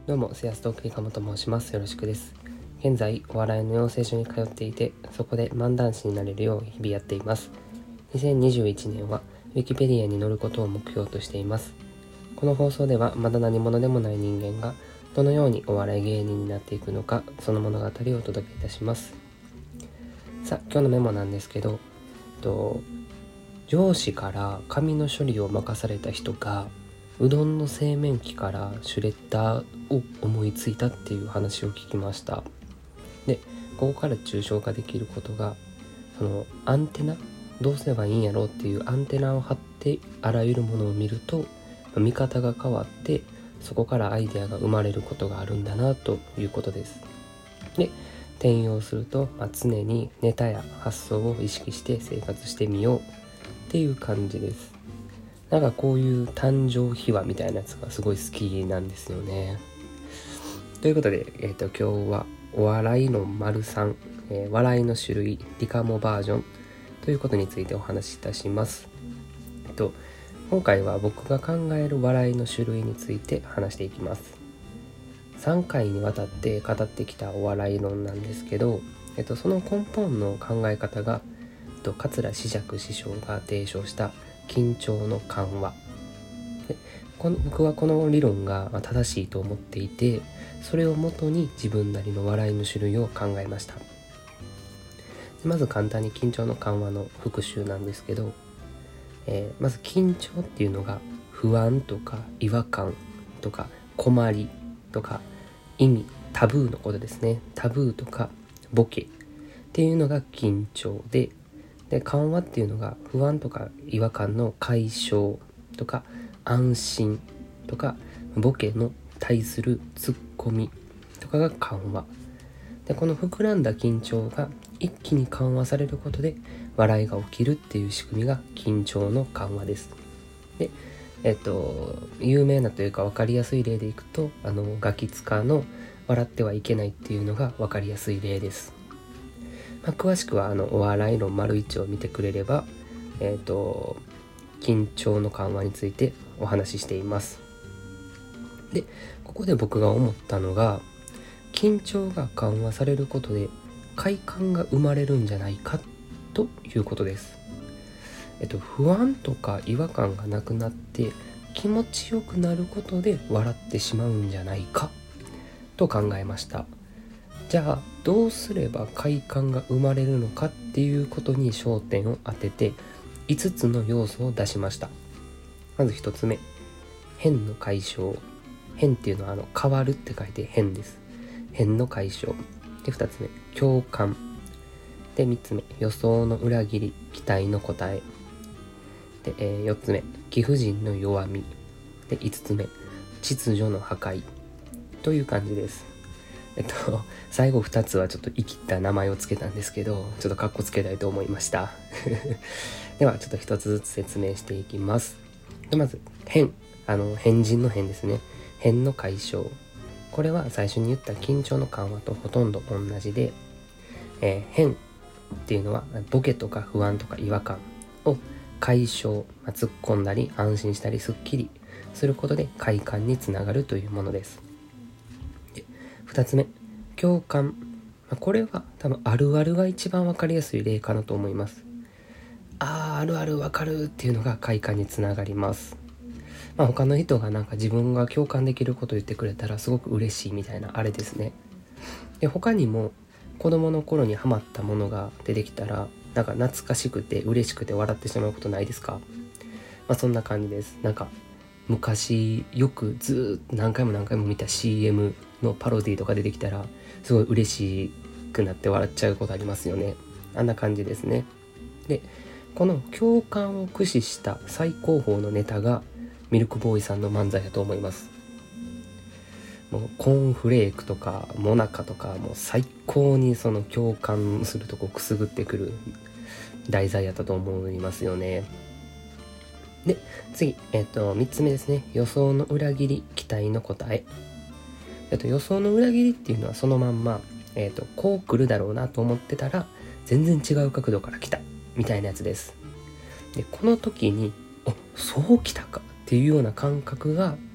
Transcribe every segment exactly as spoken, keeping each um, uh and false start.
どうも、セアストークイカモと申します。よろしくです。現在、お笑いの養成所に通っていて、そこで漫談師になれるよう日々やっています。にせんにじゅういちねんは、ウィキペディアに載ることを目標としています。この放送では、まだ何者でもない人間が、どのようにお笑い芸人になっていくのか、その物語をお届けいたします。さあ、今日のメモなんですけど、と上司から紙の処理を任された人が、うどんの製麺機からシュレッダーを思いついたっていう話を聞きました。で、ここから抽象化できることが、そのアンテナ、どうすればいいんやろうっていうアンテナを張ってあらゆるものを見ると、見方が変わってそこからアイデアが生まれることがあるんだなということです。で、転用すると、まあ、常にネタや発想を意識して生活してみようっていう感じです。なんかこういう誕生秘話みたいなやつがすごい好きなんですよね。ということで、えーと、今日はお笑いの丸さん、えー、笑いの種類リカモバージョンということについてお話しいたします。えっと、今回は僕が考える笑いの種類について話していきます。さんかいにわたって語ってきたお笑い論なんですけど、えっと、その根本の考え方が、えっと、桂枝雀師匠が提唱した緊張の緩和で、この僕はこの理論が正しいと思っていて、それをもとに自分なりの笑いの種類を考えました。でまず簡単に緊張の緩和の復習なんですけど、えー、まず緊張っていうのが不安とか違和感とか困りとか意味、タブーのことですね。タブーとかボケっていうのが緊張で、で緩和っていうのが不安とか違和感の解消とか安心とかボケの対するツッコミとかが緩和で、この膨らんだ緊張が一気に緩和されることで笑いが起きるっていう仕組みが緊張の緩和です。でえっと有名なというか分かりやすい例でいくと、あのガキ使の笑ってはいけないっていうのが分かりやすい例です。まあ、詳しくはあのお笑い論丸一を見てくれれば、えーと、緊張の緩和についてお話ししています。で、ここで僕が思ったのが、緊張が緩和されることで快感が生まれるんじゃないかということです。えっと、不安とか違和感がなくなって気持ちよくなることで笑ってしまうんじゃないかと考えました。じゃあどうすれば快感が生まれるのかっていうことに焦点を当てていつつの要素を出しました。まずひとつめ、変の解消。変っていうのはあの変わるって書いて変です。変の解消で、ふたつめ、共感で、みっつめ、予想の裏切り期待の答えで、えー、よっつめ、貴婦人の弱みで、いつつめ、秩序の破壊という感じです。えっと、最後ふたつはちょっと生きった名前をつけたんですけど、ちょっとカッコつけたいと思いましたではちょっとひとつずつ説明していきます。でまず変、あの変人の変ですね。変の解消、これは最初に言った緊張の緩和とほとんど同じで、えー、変っていうのはボケとか不安とか違和感を解消、まあ、突っ込んだり安心したりすっきりすることで快感につながるというものです。ふたつめ、共感。これは多分あるあるが一番わかりやすい例かなと思います。あー、あるあるわかるっていうのが快感につながります。まあ、他の人がなんか自分が共感できることを言ってくれたらすごく嬉しいみたいなあれですね。で、他にも子供の頃にハマったものが出てきたらなんか懐かしくて嬉しくて笑ってしまうことないですか？まあ、そんな感じです。なんか昔よくずっと何回も何回も見た シーエム のパロディとか出てきたらすごい嬉しくなって笑っちゃうことありますよね。あんな感じですね。で、この共感を駆使した最高峰のネタがミルクボーイさんの漫才だと思います。もうコーンフレークとかモナカとかもう最高にその共感するとこくすぐってくる題材やったと思いますよね。で、次、えっと、みっつめですね。予想の裏切り、期待の答え。えっと、予想の裏切りっていうのはそのまんま、えっと、こう来るだろうなと思ってたら、全然違う角度から来た、みたいなやつです。で、この時に、お、そう来たかっていうような感覚が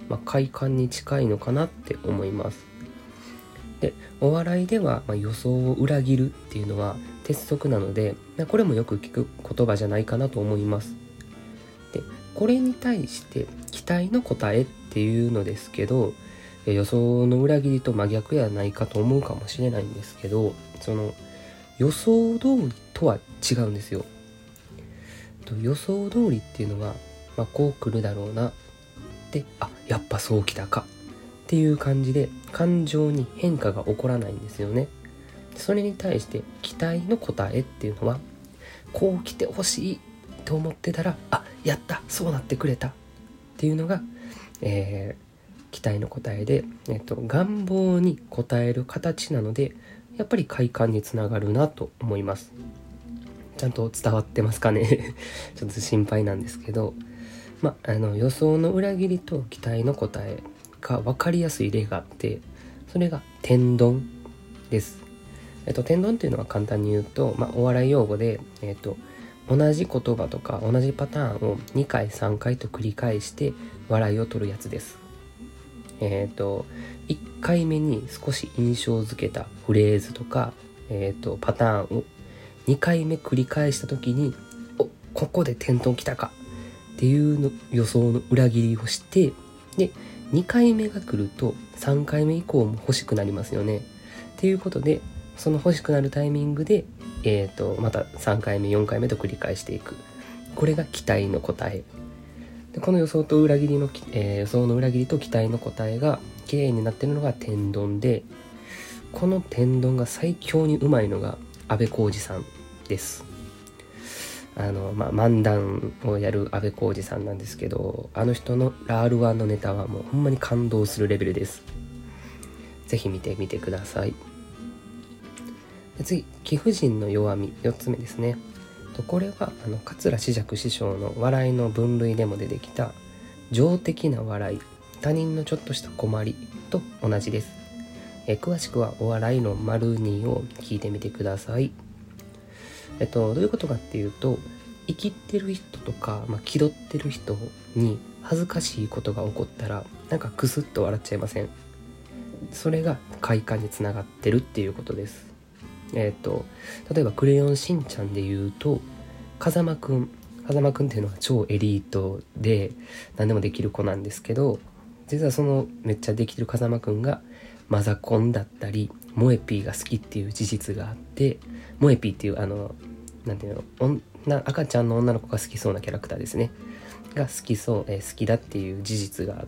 まあ、快感に近いのかなって思います。で、お笑いでは、まあ、予想を裏切るっていうのは鉄則なので、これもよく聞く言葉じゃないかなと思います。で、これに対して期待の答えっていうのですけど、予想の裏切りと真逆やないかと思うかもしれないんですけど、その予想通りとは違うんですよ。予想通りっていうのは、まあ、こう来るだろうなで、あ、やっぱそう来たかっていう感じで感情に変化が起こらないんですよね。それに対して期待の答えっていうのは、こう来てほしいと思ってたら、あ、やった、そうなってくれたっていうのが、えー期待の答えで、えっと、願望に応える形なので、やっぱり快感につながるなと思います。ちゃんと伝わってますかねちょっと心配なんですけど、まあ、あの予想の裏切りと期待の答えが分かりやすい例があって、それが天丼です。えっと、天丼っていうのは簡単に言うと、まあ、お笑い用語で、えっと、同じ言葉とか同じパターンをにかいさんかいと繰り返して笑いを取るやつです。えっと、いっかいめに少し印象づけたフレーズとか、えっと、パターンをにかいめ繰り返した時に、お、ここで天丼来たかっていうの予想の裏切りをして、で、にかいめが来るとさんかいめ以降も欲しくなりますよね。っていうことで、その欲しくなるタイミングで、えっと、またさんかいめ、よんかいめと繰り返していく。これが期待の答え。で、この予想と裏切りの、えー、予想の裏切りと期待の答えが綺麗になっているのが天丼で、この天丼が最強にうまいのが安部浩二さんです。あの、まあ、漫談をやる安部浩二さんなんですけど、あの人の アールワン のネタはもうほんまに感動するレベルです。ぜひ見てみてください。で、次、貴婦人の弱み、よっつめですね。これはあの桂枝雀師匠の笑いの分類でも出てきた情的な笑い、他人のちょっとした困りと同じです。え詳しくはお笑いの丸にを聞いてみてください。えっとどういうことかっていうと、生きってる人とか、まあ、気取ってる人に恥ずかしいことが起こったら、なんかクスッと笑っちゃいません？それが快感につながってるっていうことです。えっと例えばクレヨンしんちゃんで言うと、風間くん風間くんっていうのは超エリートで何でもできる子なんですけど、実はそのめっちゃできてる風間くんがマザコンだったりモエピーが好きっていう事実があって、モエピーっていうあのなんていうの、女赤ちゃんの女の子が好きそうなキャラクターですねが好きそう、えー、好きだっていう事実があって、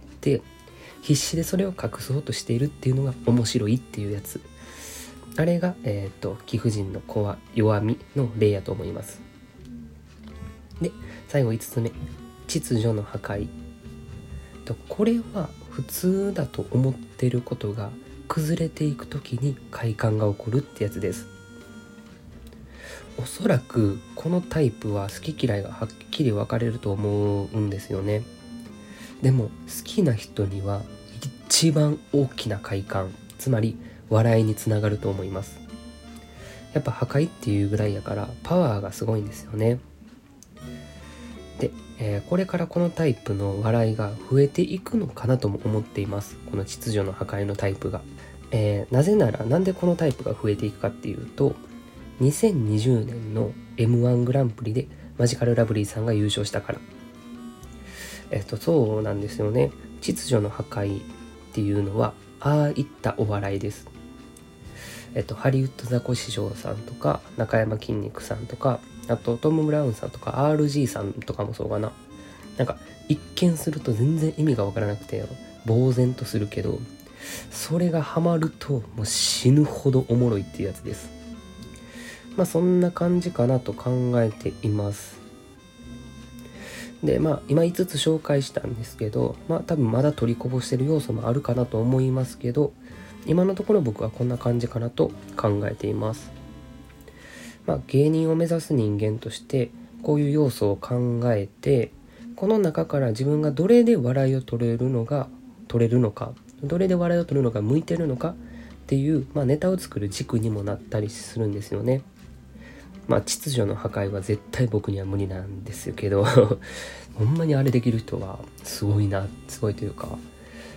必死でそれを隠そうとしているっていうのが面白いっていうやつ。あれが、えっと、貴婦人の子は弱みの例やと思います。で、最後いつつめ、秩序の破壊。と、これは普通だと思ってることが崩れていくときに快感が起こるってやつです。おそらくこのタイプは好き嫌いがはっきり分かれると思うんですよね。でも好きな人には一番大きな快感、つまり笑いにつながると思います。やっぱ破壊っていうぐらいやからパワーがすごいんですよね。で、えー、これからこのタイプの笑いが増えていくのかなとも思っています。この秩序の破壊のタイプが、えー、なぜならなんでこのタイプが増えていくかっていうと、にせんにじゅうねんの エムワン グランプリでマジカルラブリーさんが優勝したから。えっとそうなんですよね。秩序の破壊っていうのはああいったお笑いです。えっとハリウッドザコシショウさんとか中山きんに君さんとか、あとトム・ブラウンさんとか アールジー さんとかもそうかな。なんか一見すると全然意味がわからなくて呆然とするけど、それがハマるともう死ぬほどおもろいっていうやつです。まあそんな感じかなと考えています。で、まあ今いつつ紹介したんですけど、まあ多分まだ取りこぼしてる要素もあるかなと思いますけど、今のところ僕はこんな感じかなと考えています。まあ芸人を目指す人間としてこういう要素を考えて、この中から自分がどれで笑いを取れるのが取れるのか、どれで笑いを取るのが向いてるのかっていう、まあ、ネタを作る軸にもなったりするんですよね。まあ秩序の破壊は絶対僕には無理なんですけどほんまにあれできる人はすごいな、すごいというか、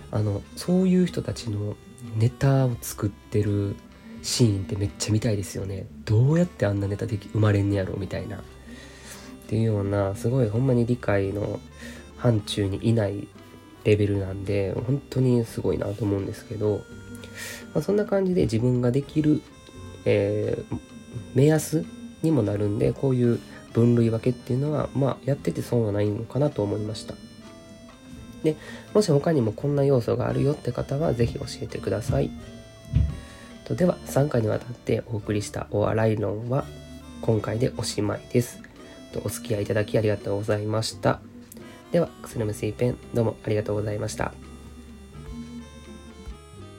あのそういう人たちのネタを作ってるシーンってめっちゃ見たいですよね。どうやってあんなネタでき生まれんねやろみたいなっていうような、すごいほんまに理解の範疇にいないレベルなんで、本当にすごいなと思うんですけど、まあ、そんな感じで自分ができる、えー、目安にもなるんで、こういう分類分けっていうのはまあやってて損はないのかなと思いました。で、もし他にもこんな要素があるよって方はぜひ教えてください。とではさんかいにわたってお送りしたお笑い論は今回でおしまいです。とお付き合いいただきありがとうございました。ではくすのむすいペン、どうもありがとうございました。